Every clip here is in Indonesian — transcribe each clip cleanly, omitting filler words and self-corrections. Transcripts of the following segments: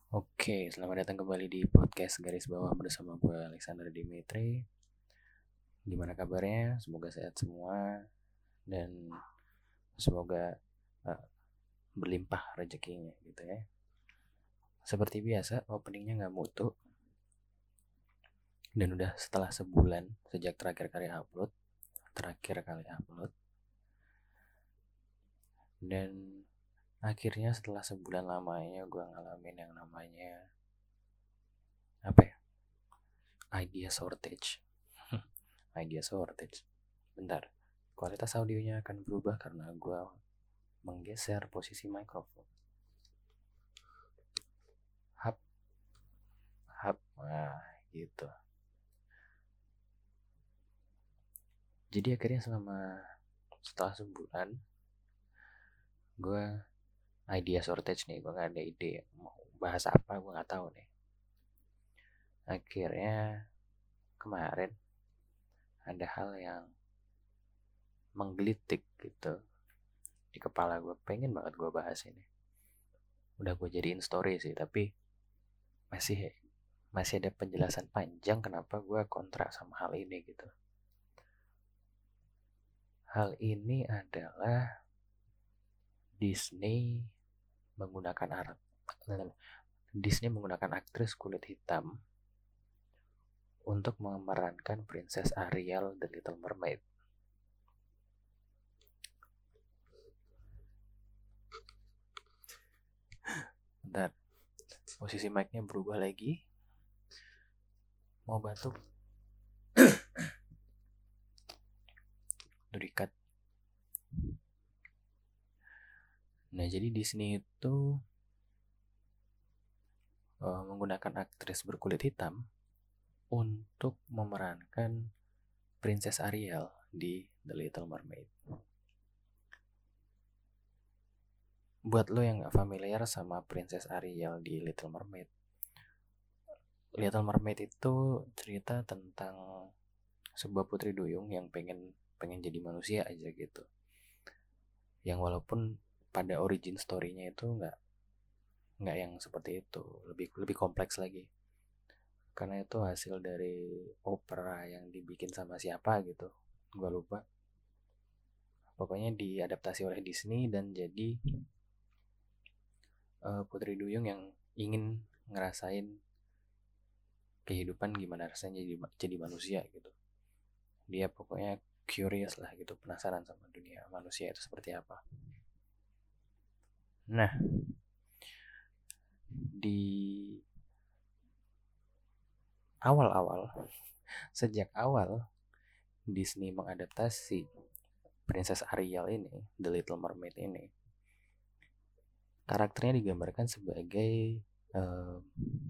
Oke, selamat datang kembali di podcast Garis Bawah bersama gue Alexander Dimitri. Gimana kabarnya? Semoga sehat semua dan semoga uh, berlimpah rezekinya gitu ya. Seperti biasa, openingnya nggak mutu dan udah setelah sebulan sejak terakhir kali upload dan akhirnya setelah sebulan lamanya gue ngalamin yang namanya apa ya? Idea shortage. Idea shortage. Bentar, kualitas audionya akan berubah karena gue menggeser posisi mikrofon. Hap, hap, nah gitu. Jadi akhirnya setelah sebulan, gue idea shortage nih, gue nggak ada ide mau bahas apa, gue nggak tahu nih. Akhirnya kemarin ada hal yang menggelitik gitu di kepala gue, pengen banget gue bahas ini. Udah gue jadiin story sih, tapi masih masih ada penjelasan panjang kenapa gue kontra sama hal ini gitu. Hal ini adalah Disney menggunakan Disney menggunakan aktris kulit hitam untuk memerankan Princess Ariel The Little Mermaid. Bentar, posisi mic-nya berubah lagi. Mau batuk? Durikat. Nah, jadi Disney itu menggunakan aktris berkulit hitam untuk memerankan Princess Ariel di The Little Mermaid. Buat lo yang gak familiar sama Princess Ariel di Little Mermaid, Little Mermaid itu cerita tentang sebuah putri duyung yang pengen pengen jadi manusia aja gitu. Yang walaupun pada origin story-nya itu nggak yang seperti itu, lebih lebih kompleks lagi. Karena itu hasil dari opera yang dibikin sama siapa gitu, gue lupa. Pokoknya diadaptasi oleh Disney dan jadi putri duyung yang ingin ngerasain kehidupan gimana rasanya jadi manusia gitu. Dia pokoknya curious lah gitu, penasaran sama dunia manusia itu seperti apa. Nah, di awal-awal, sejak awal Disney mengadaptasi Princess Ariel ini, The Little Mermaid ini, karakternya digambarkan sebagai uh,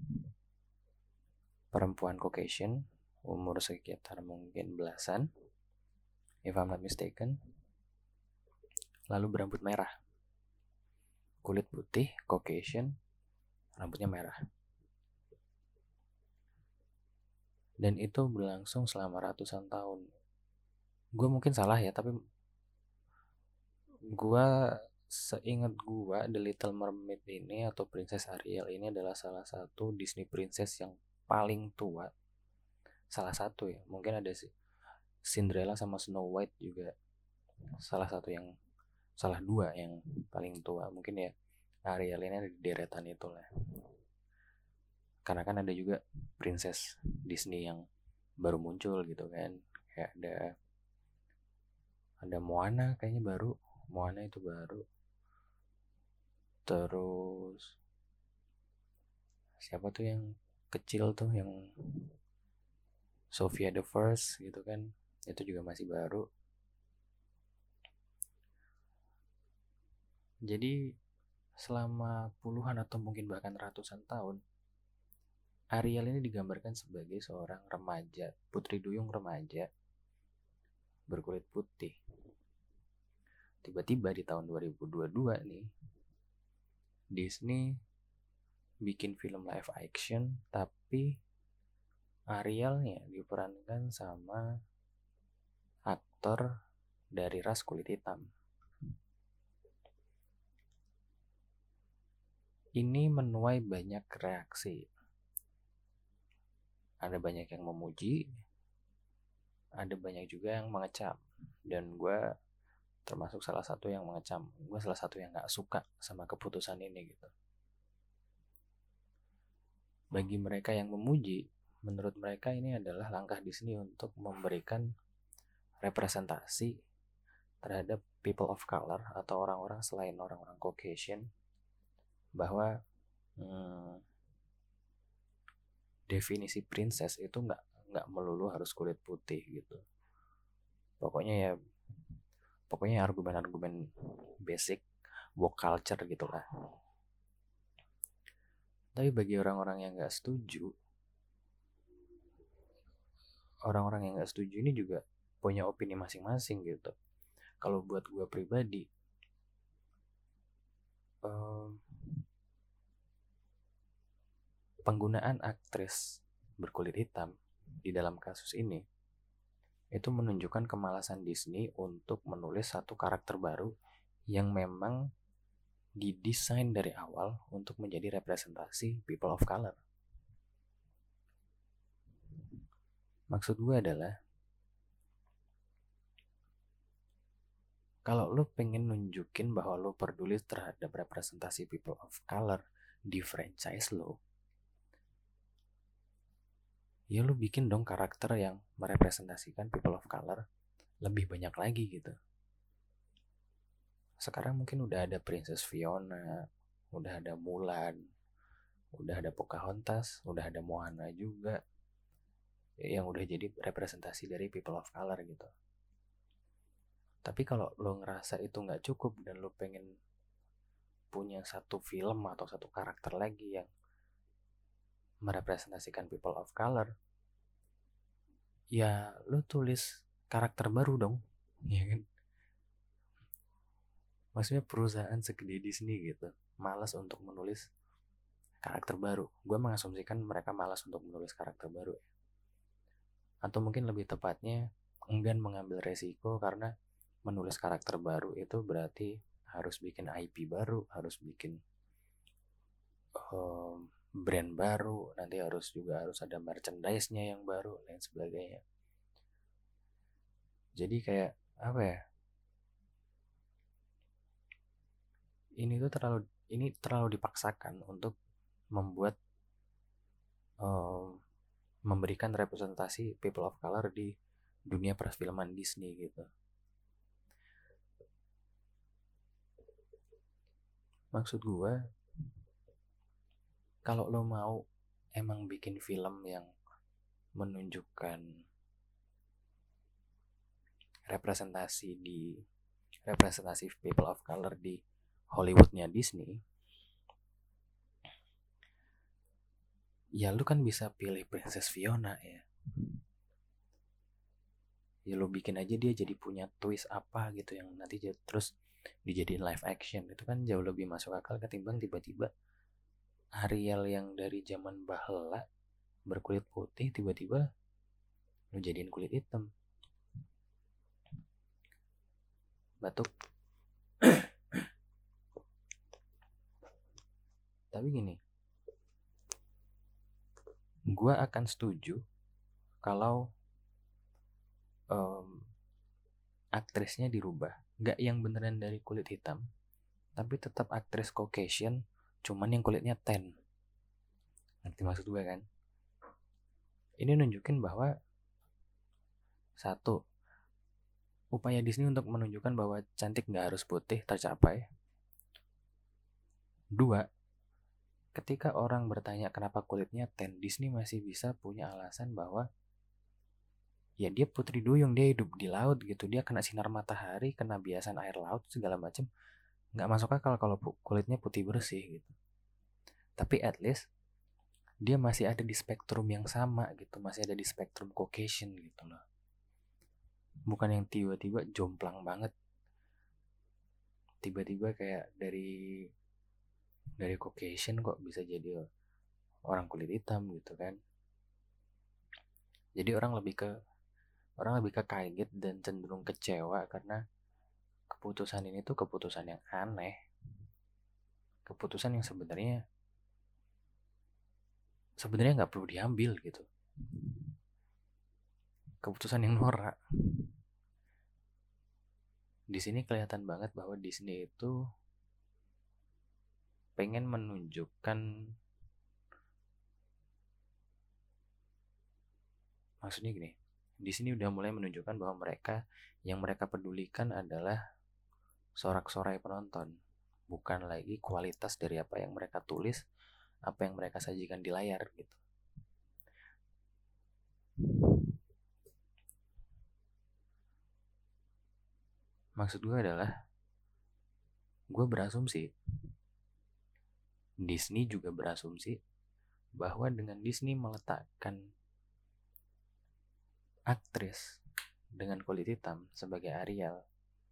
perempuan Caucasian, umur sekitar mungkin belasan, if I'm not mistaken, lalu berambut merah, kulit putih, Caucasian, rambutnya merah. Dan itu berlangsung selama ratusan tahun. Gue mungkin salah ya, tapi gue seingat gue The Little Mermaid ini atau Princess Ariel ini adalah salah satu Disney Princess yang paling tua. Salah satu ya, mungkin ada Cinderella sama Snow White juga salah satu yang salah dua yang paling tua. Mungkin ya Ariel ini ada di deretan itu lah. Karena kan ada juga Princess Disney yang baru muncul gitu kan. Kayak ada Moana kayaknya baru. Moana itu baru. Terus siapa tuh yang kecil tuh yang Sophia the First gitu kan, itu juga masih baru. Jadi selama puluhan atau mungkin bahkan ratusan tahun Ariel ini digambarkan sebagai seorang remaja, putri duyung remaja berkulit putih. Tiba-tiba di tahun 2022 nih Disney bikin film live action tapi Arielnya diperankan sama aktor dari ras kulit hitam. Ini menuai banyak reaksi. Ada banyak yang memuji, ada banyak juga yang mengecam. Dan gue termasuk salah satu yang mengecam. Gue salah satu yang gak suka sama keputusan ini gitu. Bagi mereka yang memuji, menurut mereka ini adalah langkah Disney untuk memberikan representasi terhadap people of color atau orang-orang selain orang-orang Caucasian, bahwa definisi princess itu nggak melulu harus kulit putih gitu. Pokoknya argumen-argumen basic woke culture gitulah. Tapi bagi orang-orang yang nggak setuju, orang-orang yang nggak setuju ini juga punya opini masing-masing gitu. Kalau buat gue pribadi, penggunaan aktris berkulit hitam di dalam kasus ini itu menunjukkan kemalasan Disney untuk menulis satu karakter baru yang memang didesain dari awal untuk menjadi representasi people of color. Maksud gue adalah, kalau lo pengen nunjukin bahwa lo peduli terhadap representasi people of color di franchise lo, ya lo bikin dong karakter yang merepresentasikan people of color lebih banyak lagi gitu. Sekarang mungkin udah ada Princess Fiona, udah ada Mulan, udah ada Pocahontas, udah ada Moana juga, yang udah jadi representasi dari people of color gitu. Tapi kalau lo ngerasa itu gak cukup dan lo pengen punya satu film atau satu karakter lagi yang merepresentasikan people of color, ya lo tulis karakter baru dong, ya kan? Maksudnya perusahaan segede Disney gitu malas untuk menulis karakter baru. Gue mengasumsikan mereka malas untuk menulis karakter baru, atau mungkin lebih tepatnya enggan mengambil resiko, karena menulis karakter baru itu berarti harus bikin IP baru, harus bikin brand baru, nanti harus ada merchandise-nya yang baru, dan sebagainya. Jadi kayak apa ya? Ini terlalu dipaksakan untuk membuat memberikan representasi people of color di dunia perfilman Disney gitu. Maksud gue, kalau lo mau emang bikin film yang menunjukkan representasi people of color di Hollywoodnya Disney, ya lu kan bisa pilih Princess Fiona ya. Ya lu bikin aja dia jadi punya twist apa gitu yang nanti terus dijadiin live action. Itu kan jauh lebih masuk akal ketimbang tiba-tiba Ariel yang dari zaman bahela berkulit putih tiba-tiba lu jadiin kulit hitam. Batuk. Tapi gini, gue akan setuju kalau aktrisnya dirubah, gak yang beneran dari kulit hitam, tapi tetap aktris Caucasian, cuman yang kulitnya tan. Ngerti maksud gue kan? Ini nunjukin bahwa satu, upaya Disney untuk menunjukkan bahwa cantik gak harus putih tercapai. Dua, ketika orang bertanya kenapa kulitnya tan, Disney masih bisa punya alasan bahwa ya dia putri duyung, dia hidup di laut gitu, dia kena sinar matahari, kena biasan air laut segala macam, nggak masuk akal kalau kulitnya putih bersih gitu. Tapi at least dia masih ada di spektrum yang sama gitu, masih ada di spektrum Caucasian gitu loh. Bukan yang tiba-tiba jomplang banget, tiba-tiba kayak dari Caucasian kok bisa jadi orang kulit hitam gitu kan. Jadi orang lebih ke kaget dan cenderung kecewa karena keputusan ini tuh keputusan yang aneh. keputusan yang sebenarnya nggak perlu diambil gitu. Keputusan yang norak. Di sini kelihatan banget bahwa Disney itu pengen menunjukkan, maksudnya gini, di sini udah mulai menunjukkan bahwa yang mereka pedulikan adalah sorak-sorai penonton, bukan lagi kualitas dari apa yang mereka tulis, apa yang mereka sajikan di layar gitu. Maksud gue adalah, gue berasumsi, Disney juga berasumsi bahwa dengan Disney meletakkan aktris dengan kulit hitam sebagai Ariel,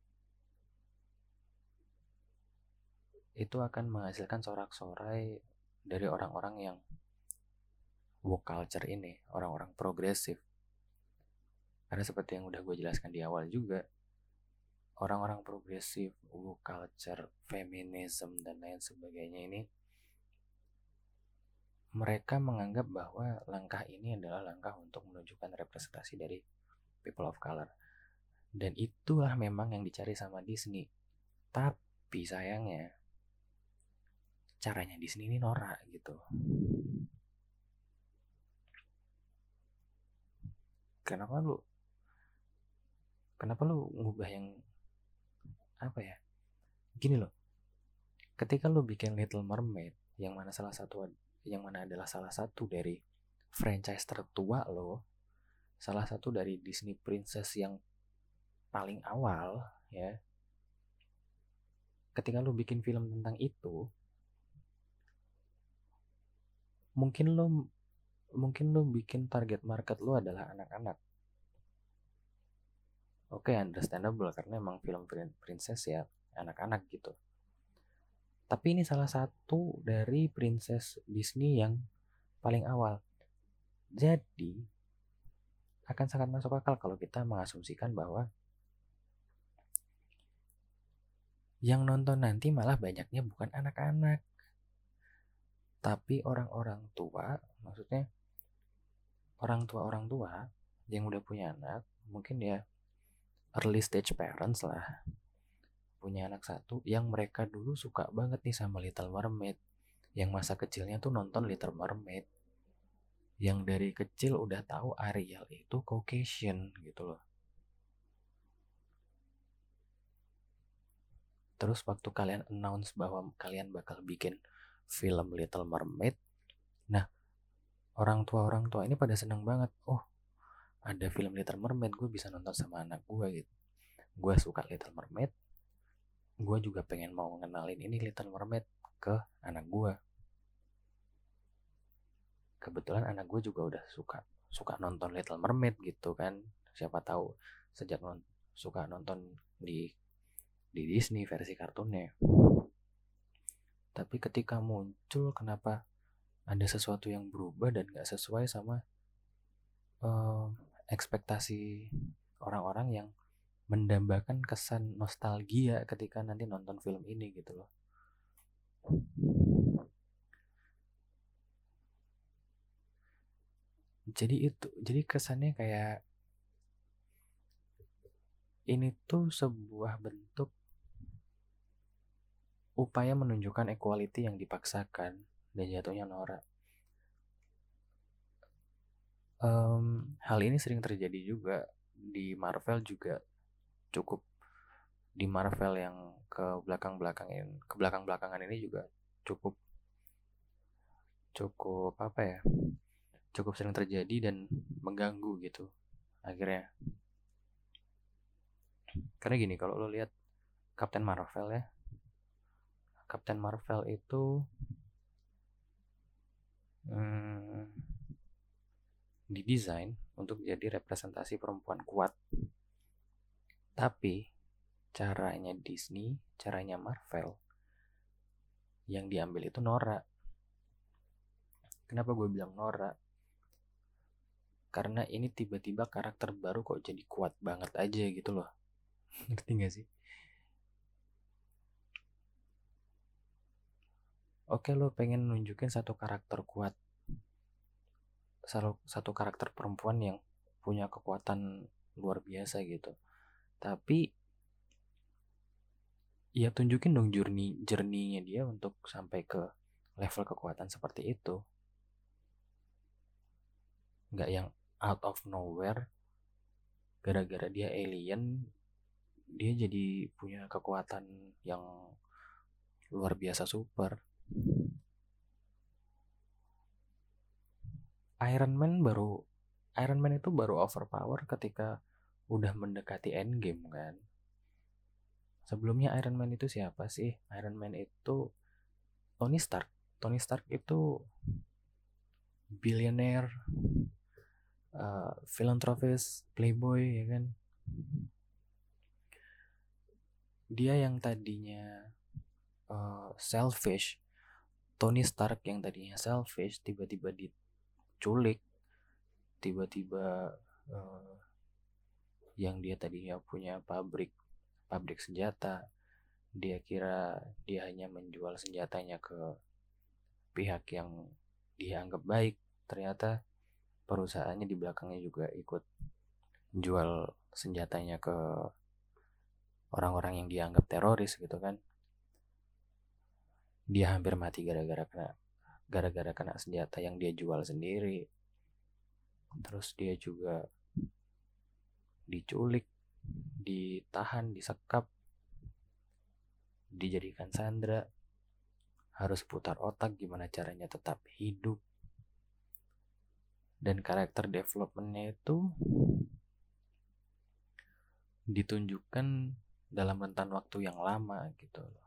itu akan menghasilkan sorak-sorai dari orang-orang yang woke culture ini, orang-orang progresif. Karena seperti yang udah gue jelaskan di awal juga, orang-orang progresif, woke culture, feminism, dan lain sebagainya ini, mereka menganggap bahwa langkah ini adalah langkah untuk menunjukkan representasi dari people of color. Dan itulah memang yang dicari sama Disney. Tapi sayangnya, caranya Disney ini norak gitu. Kenapa lu ngubah yang apa ya? Gini loh, ketika lu bikin Little Mermaid, yang mana adalah salah satu dari franchise tertua lo, salah satu dari Disney Princess yang paling awal ya. Ketika lu bikin film tentang itu, mungkin lu bikin target market lu adalah anak-anak. Oke, understandable karena emang film princess ya anak-anak gitu. Tapi ini salah satu dari princess Disney yang paling awal. Jadi akan sangat masuk akal kalau kita mengasumsikan bahwa yang nonton nanti malah banyaknya bukan anak-anak, tapi orang-orang tua, maksudnya orang tua yang udah punya anak, mungkin ya early stage parents lah, punya anak satu yang mereka dulu suka banget nih sama Little Mermaid, yang masa kecilnya tuh nonton Little Mermaid, yang dari kecil udah tahu Ariel itu Caucasian gitu loh. Terus waktu kalian announce bahwa kalian bakal bikin film Little Mermaid, nah orang tua ini pada seneng banget. Oh, ada film Little Mermaid, gue bisa nonton sama anak gue gitu. Gue suka Little Mermaid, gue juga pengen mau ngenalin ini Little Mermaid ke anak gue. Kebetulan anak gue juga udah suka nonton Little Mermaid gitu kan. Siapa tahu sejak suka nonton di Disney versi kartunnya. Tapi ketika muncul, kenapa ada sesuatu yang berubah dan gak sesuai sama ekspektasi orang-orang yang mendambakan kesan nostalgia ketika nanti nonton film ini gitu loh. Jadi kesannya kayak ini tuh sebuah bentuk upaya menunjukkan equality yang dipaksakan dan jatuhnya norak. Hal ini sering terjadi juga di Marvel juga, cukup di Marvel yang ke belakang-belakangan ini juga cukup apa ya, cukup sering terjadi dan mengganggu gitu akhirnya. Karena gini, kalau lo lihat Captain Marvel ya, Captain Marvel itu didesain untuk jadi representasi perempuan kuat. Tapi caranya Disney, caranya Marvel yang diambil itu norak. Kenapa gue bilang norak? Karena ini tiba-tiba karakter baru kok jadi kuat banget aja gitu loh. Ngerti gak sih? Oke, lo pengen nunjukin satu karakter kuat, satu karakter perempuan yang punya kekuatan luar biasa gitu. Tapi ya tunjukin dong journey-nya dia untuk sampai ke level kekuatan seperti itu. Nggak yang out of nowhere, gara-gara dia alien, dia jadi punya kekuatan yang luar biasa super. Iron Man itu baru overpower ketika udah mendekati endgame kan. Sebelumnya Iron Man itu siapa sih? Iron Man itu Tony Stark. Tony Stark itu billionaire, philanthropist, playboy ya kan. Dia yang tadinya selfish, Tony Stark yang tadinya selfish tiba-tiba diculik, tiba-tiba uh, yang dia tadinya punya pabrik senjata, dia kira dia hanya menjual senjatanya ke pihak yang dia anggap baik, ternyata perusahaannya di belakangnya juga ikut jual senjatanya ke orang-orang yang dianggap teroris gitu kan. Dia hampir mati gara-gara kena senjata yang dia jual sendiri. Terus dia juga diculik, ditahan, disekap, dijadikan sandera, harus putar otak gimana caranya tetap hidup. Dan karakter developmentnya itu ditunjukkan dalam rentan waktu yang lama gitu loh.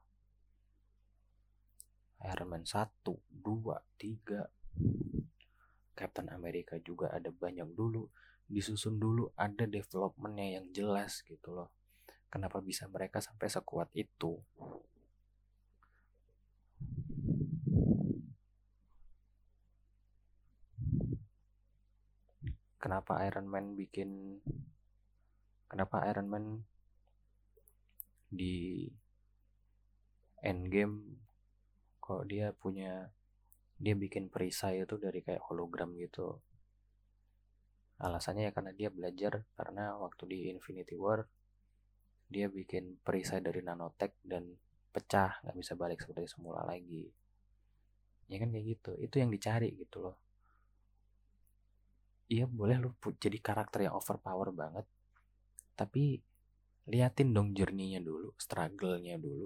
Iron Man 1, 2, 3, Captain America juga ada banyak dulu, disusun dulu, ada developmentnya yang jelas gitu loh. Kenapa bisa mereka sampai sekuat itu? Kenapa Iron Man di Endgame kok dia bikin perisai itu dari kayak hologram gitu. Alasannya ya karena dia belajar, karena waktu di Infinity War dia bikin perisai dari nanotech dan pecah, nggak bisa balik seperti semula lagi. Ya kan kayak gitu, itu yang dicari gitu loh. Iya boleh lu jadi karakter yang overpower banget, tapi liatin dong journey-nya dulu, struggle-nya dulu.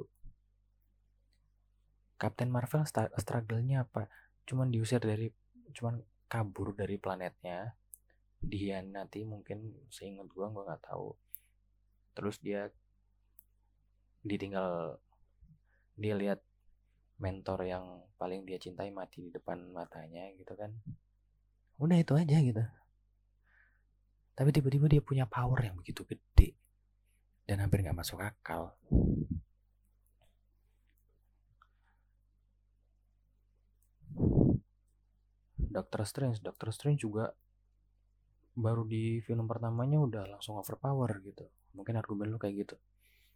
Captain Marvel struggle-nya apa? Cuman kabur dari planetnya, dihianati mungkin, seingat gue nggak tahu. Terus ditinggal, dia lihat mentor yang paling dia cintai mati di depan matanya gitu kan. Udah itu aja gitu. Tapi tiba-tiba dia punya power yang begitu gede dan hampir nggak masuk akal. Doctor Strange juga baru di film pertamanya udah langsung overpower gitu. Mungkin argumen lu kayak gitu.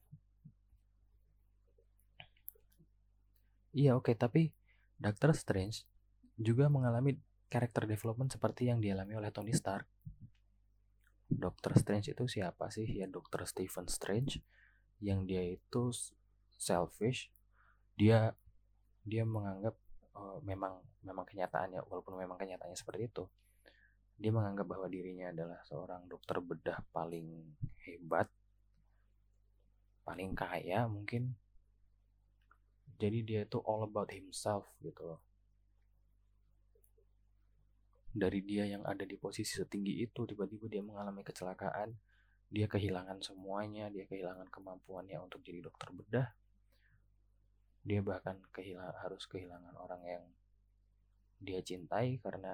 Iya oke, tapi Doctor Strange juga mengalami character development seperti yang dialami oleh Tony Stark. Doctor Strange itu siapa sih? Ya Doctor Stephen Strange, yang dia itu selfish. Dia dia menganggap memang memang kenyataannya, walaupun memang kenyataannya seperti itu, dia menganggap bahwa dirinya adalah seorang dokter bedah paling hebat, paling kaya mungkin. Jadi dia itu all about himself gitu loh. Dari dia yang ada di posisi setinggi itu, tiba-tiba dia mengalami kecelakaan, dia kehilangan semuanya, dia kehilangan kemampuannya untuk jadi dokter bedah. Dia bahkan harus kehilangan orang yang dia cintai karena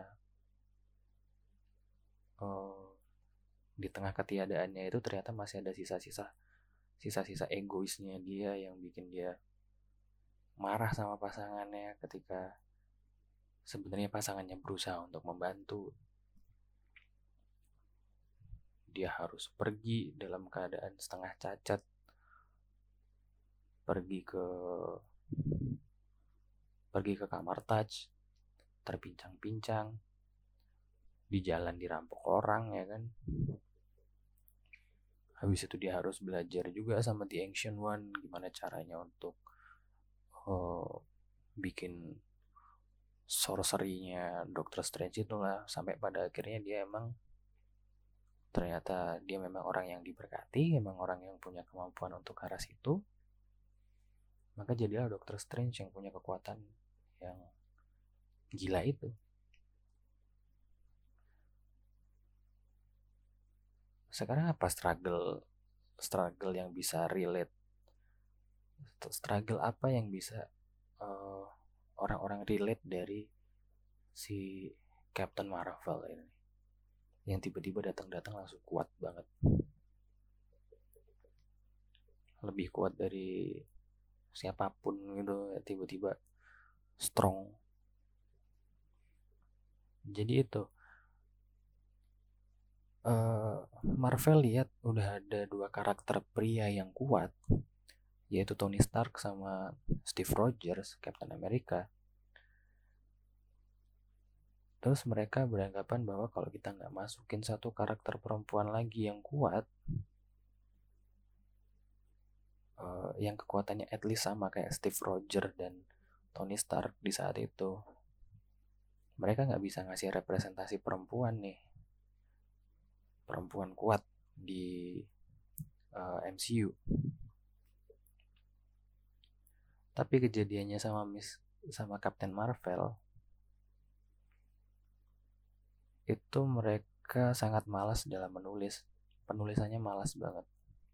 uh, di tengah ketiadaannya itu ternyata masih ada sisa-sisa egoisnya dia yang bikin dia marah sama pasangannya ketika sebenarnya pasangannya berusaha untuk membantu. Dia harus pergi dalam keadaan setengah cacat, pergi ke pergi ke kamar touch, terpincang-pincang, di jalan dirampok orang ya kan. Habis itu dia harus belajar juga sama The Ancient One gimana caranya untuk bikin sorcery-nya Doctor Strange itulah, sampai pada akhirnya dia emang ternyata dia memang orang yang diberkati, memang orang yang punya kemampuan untuk ke arah situ. Maka jadilah Doctor Strange yang punya kekuatan yang gila itu. Sekarang apa struggle yang bisa relate, struggle apa yang bisa uh, orang-orang relate dari si Captain Marvel ini, yang tiba-tiba datang-datang langsung kuat banget, lebih kuat dari siapapun gitu, tiba-tiba strong. Jadi itu Marvel lihat udah ada dua karakter pria yang kuat, yaitu Tony Stark sama Steve Rogers, Captain America. Terus mereka beranggapan bahwa kalau kita nggak masukin satu karakter perempuan lagi yang kuat, yang kekuatannya at least sama kayak Steve Rogers dan Tony Stark di saat itu, mereka nggak bisa ngasih representasi perempuan nih, perempuan kuat di MCU. Tapi kejadiannya sama Captain Marvel itu, mereka sangat malas dalam menulis. Penulisannya malas banget.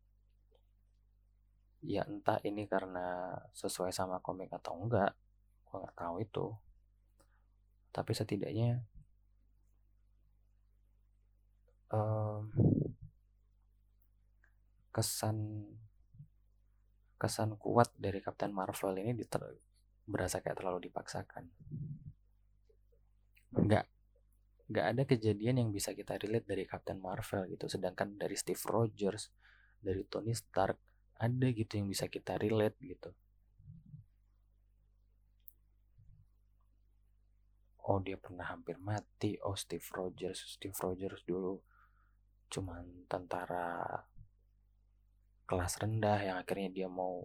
Ya entah ini karena sesuai sama komik atau enggak, gue nggak tahu itu. Tapi setidaknya kesan kesan kuat dari Captain Marvel ini berasa kayak terlalu dipaksakan. Nggak ada kejadian yang bisa kita relate dari Captain Marvel gitu, sedangkan dari Steve Rogers, dari Tony Stark ada gitu yang bisa kita relate gitu. Oh dia pernah hampir mati, oh Steve Rogers dulu cuman tentara kelas rendah yang akhirnya dia mau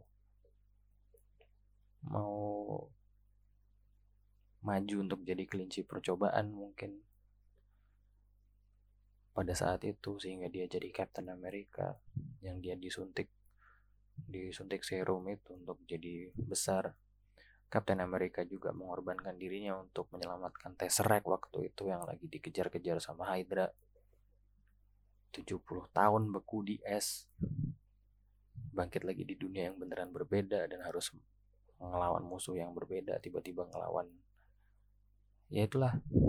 maju untuk jadi kelinci percobaan mungkin pada saat itu, sehingga dia jadi Captain America yang dia disuntik serum itu untuk jadi besar. Captain America juga mengorbankan dirinya untuk menyelamatkan Tesseract waktu itu yang lagi dikejar-kejar sama Hydra. 70 tahun beku di es, bangkit lagi di dunia yang beneran berbeda dan harus ngelawan musuh yang berbeda, tiba-tiba ngelawan, ya itulah.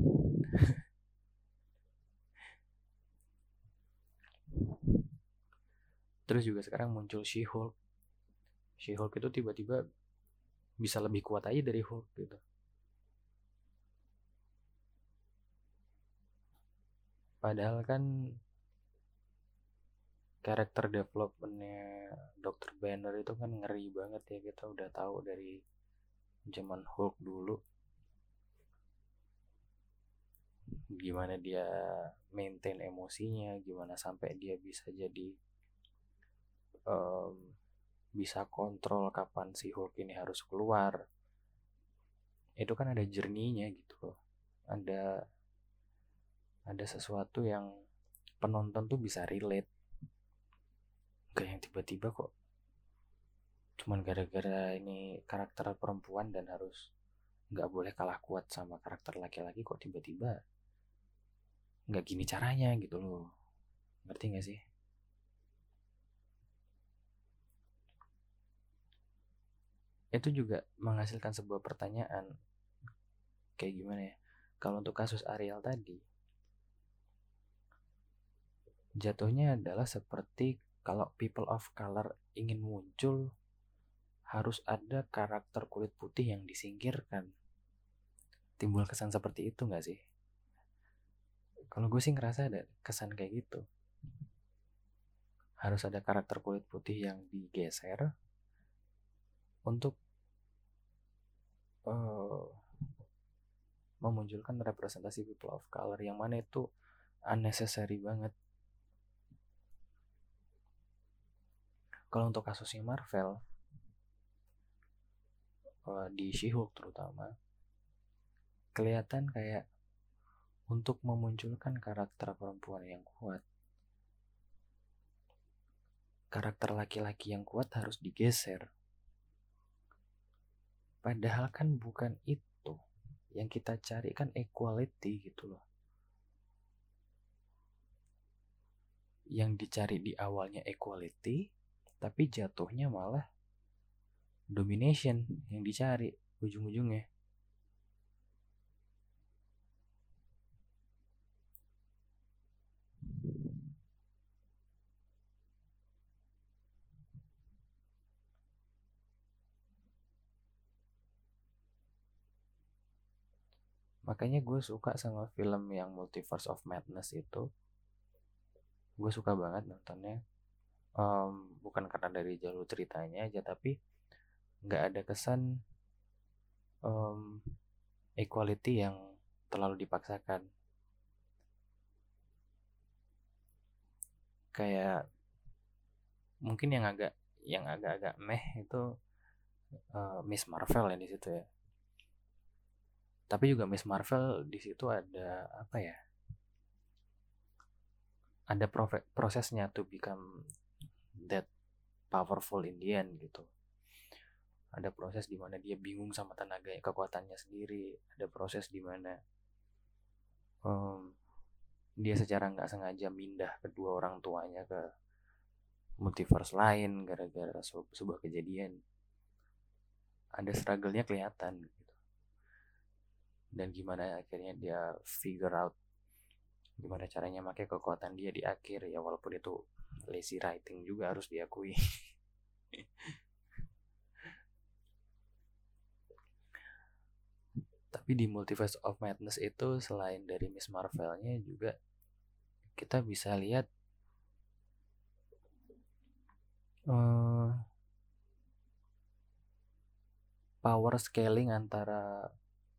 Terus juga sekarang muncul She-Hulk itu tiba-tiba bisa lebih kuat aja dari Hulk gitu. Padahal kan karakter developmentnya Dr. Banner itu kan ngeri banget ya, kita udah tahu dari zaman Hulk dulu gimana dia maintain emosinya, gimana sampai dia bisa jadi bisa kontrol kapan si Hulk ini harus keluar. Itu kan ada journey-nya gitu, ada sesuatu yang penonton tuh bisa relate, gak yang tiba-tiba kok cuman gara-gara ini karakter perempuan dan harus nggak boleh kalah kuat sama karakter laki-laki, kok tiba-tiba nggak gini caranya gitu loh. Ngerti nggak sih? Itu juga menghasilkan sebuah pertanyaan, kayak gimana ya, kalau untuk kasus Ariel tadi jatuhnya adalah seperti kalau people of color ingin muncul, harus ada karakter kulit putih yang disingkirkan. Timbul kesan seperti itu gak sih? Kalau gue sih ngerasa ada kesan kayak gitu. Harus ada karakter kulit putih yang digeser untuk uh, memunculkan representasi people of color yang mana itu unnecessary banget. Kalau untuk kasusnya Marvel, di She-Hulk terutama, kelihatan kayak untuk memunculkan karakter perempuan yang kuat, karakter laki-laki yang kuat harus digeser. Padahal kan bukan itu yang kita cari, kan equality gitu loh. Yang dicari di awalnya equality, tapi jatuhnya malah domination yang dicari ujung-ujungnya. Makanya gue suka sama film yang Multiverse of Madness itu. Gue suka banget nontonnya. Bukan karena dari jalur ceritanya aja, tapi nggak ada kesan equality yang terlalu dipaksakan. Kayak mungkin yang agak-agak meh itu Miss Marvel ya di situ ya. Tapi juga Miss Marvel di situ ada apa ya? Ada prosesnya to become that powerful in the end gitu. Ada proses di mana dia bingung sama tenaga kekuatannya sendiri. Ada proses di mana dia secara nggak sengaja mindah kedua orang tuanya ke multiverse lain gara-gara sebuah kejadian. Ada struggle-nya kelihatan gitu. Dan gimana akhirnya dia figure out gimana caranya pakai kekuatan dia di akhir ya, walaupun itu lazy writing juga harus diakui. Tapi di Multiverse of Madness itu selain dari Miss Marvel-nya juga kita bisa lihat power scaling antara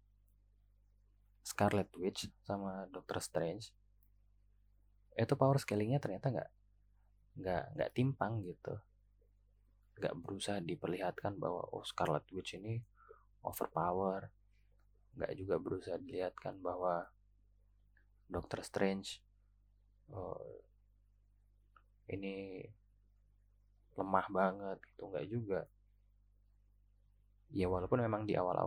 Scarlet Witch sama Doctor Strange. Itu power scalingnya ternyata nggak timpang gitu, nggak berusaha diperlihatkan bahwa Scarlet Witch ini overpower, nggak juga berusaha dilihatkan bahwa Doctor Strange oh, ini lemah banget gitu, nggak juga. Ya walaupun memang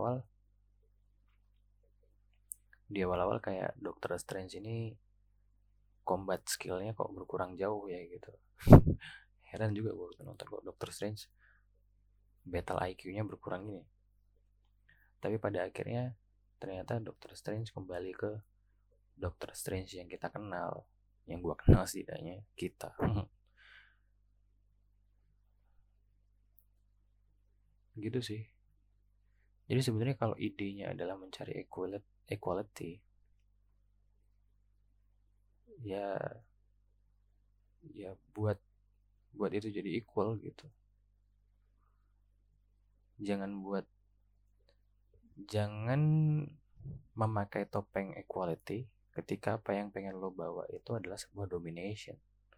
di awal-awal kayak Doctor Strange ini combat skillnya kok berkurang jauh ya gitu. Heran juga gue nonton kok Doctor Strange battle IQ-nya berkurang gini. Tapi pada akhirnya ternyata Doctor Strange kembali ke Doctor Strange yang kita kenal, yang gue kenal setidaknya kita. Gitu sih. Jadi sebenarnya kalau idenya adalah mencari equality, ya ya buat itu jadi equal gitu. Jangan memakai topeng equality ketika apa yang pengen lo bawa itu adalah sebuah domination.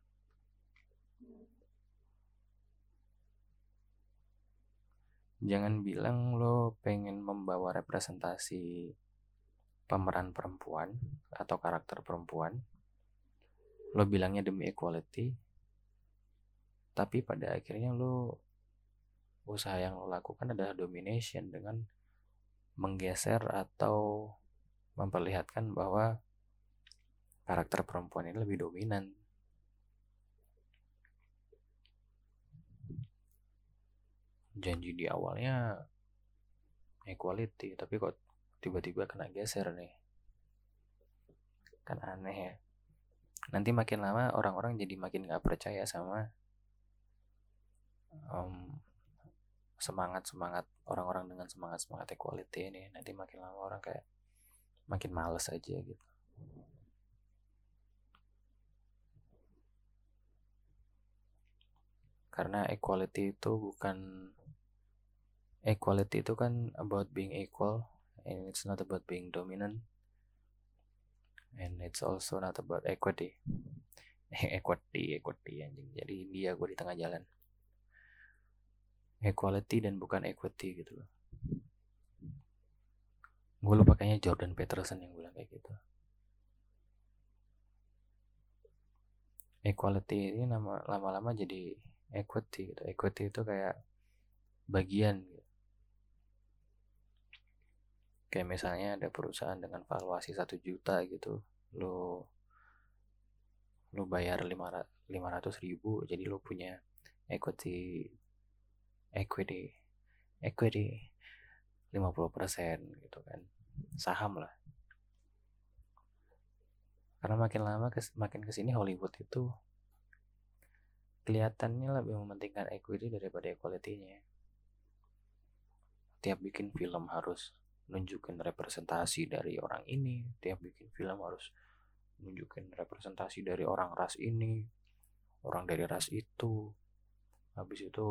Jangan bilang lo pengen membawa representasi pemeran perempuan atau karakter perempuan, lo bilangnya demi equality, tapi pada akhirnya usaha yang lo lakukan adalah domination dengan menggeser atau memperlihatkan bahwa karakter perempuan ini lebih dominan. Janji di awalnya equality, tapi kok tiba-tiba kena geser nih. Kan aneh ya. Nanti makin lama orang-orang jadi makin gak percaya sama semangat orang-orang dengan semangat equality ini. Nanti makin lama orang kayak makin males aja gitu. Karena equality itu equality itu kan about being equal, and it's not about being dominant, and it's also not about equity. equity anjing, jadi dia gue di tengah jalan. Equality dan bukan equity gitu loh. Gue lupa, kayaknya Jordan Peterson yang bilang kayak gitu. Equality ini lama-lama jadi equity gitu. Equity itu kayak bagian gitu. Kayak misalnya ada perusahaan dengan valuasi 1 juta gitu, lo bayar 500.000, jadi lo punya equity 50% gitu kan, saham lah. Karena makin lama makin kesini Hollywood itu kelihatannya lebih mementingkan equity daripada equality-nya. Tiap bikin film harus nunjukin representasi dari orang ini, tiap bikin film harus nunjukin representasi dari orang ras ini, orang dari ras itu. Habis itu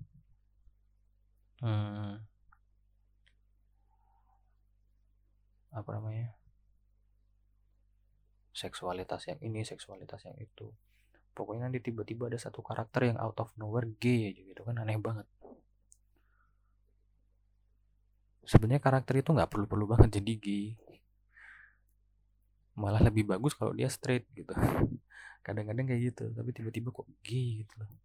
apa namanya, seksualitas yang ini, seksualitas yang itu. Pokoknya nanti tiba-tiba ada satu karakter yang out of nowhere gay aja gitu kan, aneh banget. Sebenarnya karakter itu nggak perlu banget jadi gay, malah lebih bagus kalau dia straight gitu. Kadang-kadang kayak gitu, tapi tiba-tiba kok gay gitu loh.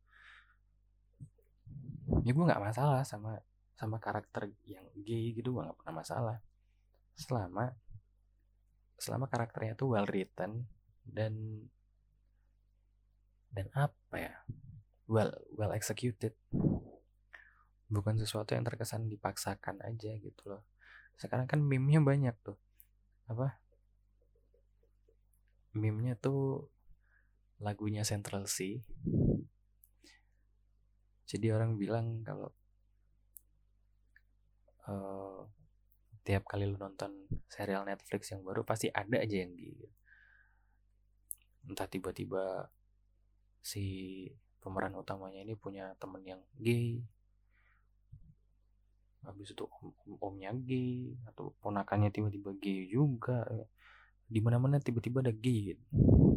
Ya gue nggak masalah sama karakter yang gay gitu, gue nggak pernah masalah selama karakternya tuh well written dan apa ya, well executed, bukan sesuatu yang terkesan dipaksakan aja gitu loh. Sekarang kan meme-nya banyak tuh, apa, meme-nya tuh lagunya Central C. Jadi orang bilang kalau tiap kali lu nonton serial Netflix yang baru pasti ada aja yang gitu. Entah tiba-tiba si pemeran utamanya ini punya temen yang gay, habis itu omnya gay, atau ponakannya tiba-tiba gay juga. Di mana-mana tiba-tiba ada gay gitu.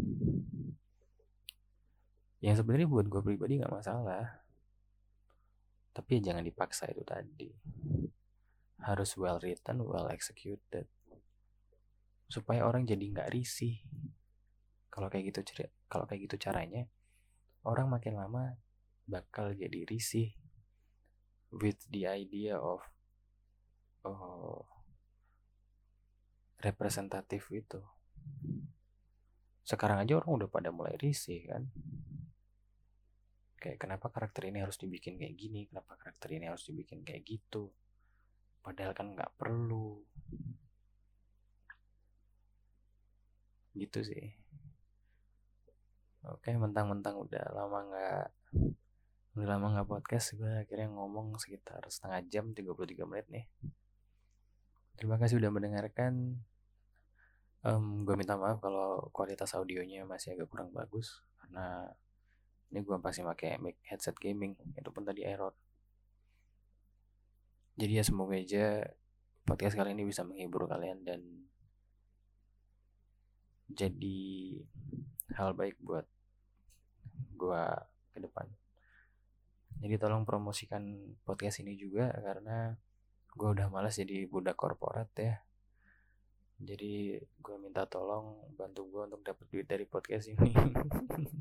Yang sebenarnya buat gue pribadi nggak masalah, tapi ya jangan dipaksa. Itu tadi harus well written, well executed, supaya orang jadi nggak risih. Kalau kayak gitu caranya, orang makin lama bakal jadi risih with the idea of representatif itu. Sekarang aja orang udah pada mulai risih kan, kayak kenapa karakter ini harus dibikin kayak gini, kenapa karakter ini harus dibikin kayak gitu, padahal kan nggak perlu gitu sih. Oke, mentang-mentang udah lama nggak podcast, gue akhirnya ngomong sekitar setengah jam 33 menit nih. Terima kasih udah mendengarkan. Gue minta maaf kalau kualitas audionya masih agak kurang bagus, karena ini gue pasti pakai mic headset gaming, itu pun tadi error. Jadi ya semoga aja podcast kali ini bisa menghibur kalian dan jadi hal baik buat gue ke depan. Jadi tolong promosikan podcast ini juga, karena gue udah malas jadi budak korporat ya. Jadi gue minta tolong bantu gue untuk dapat duit dari podcast ini.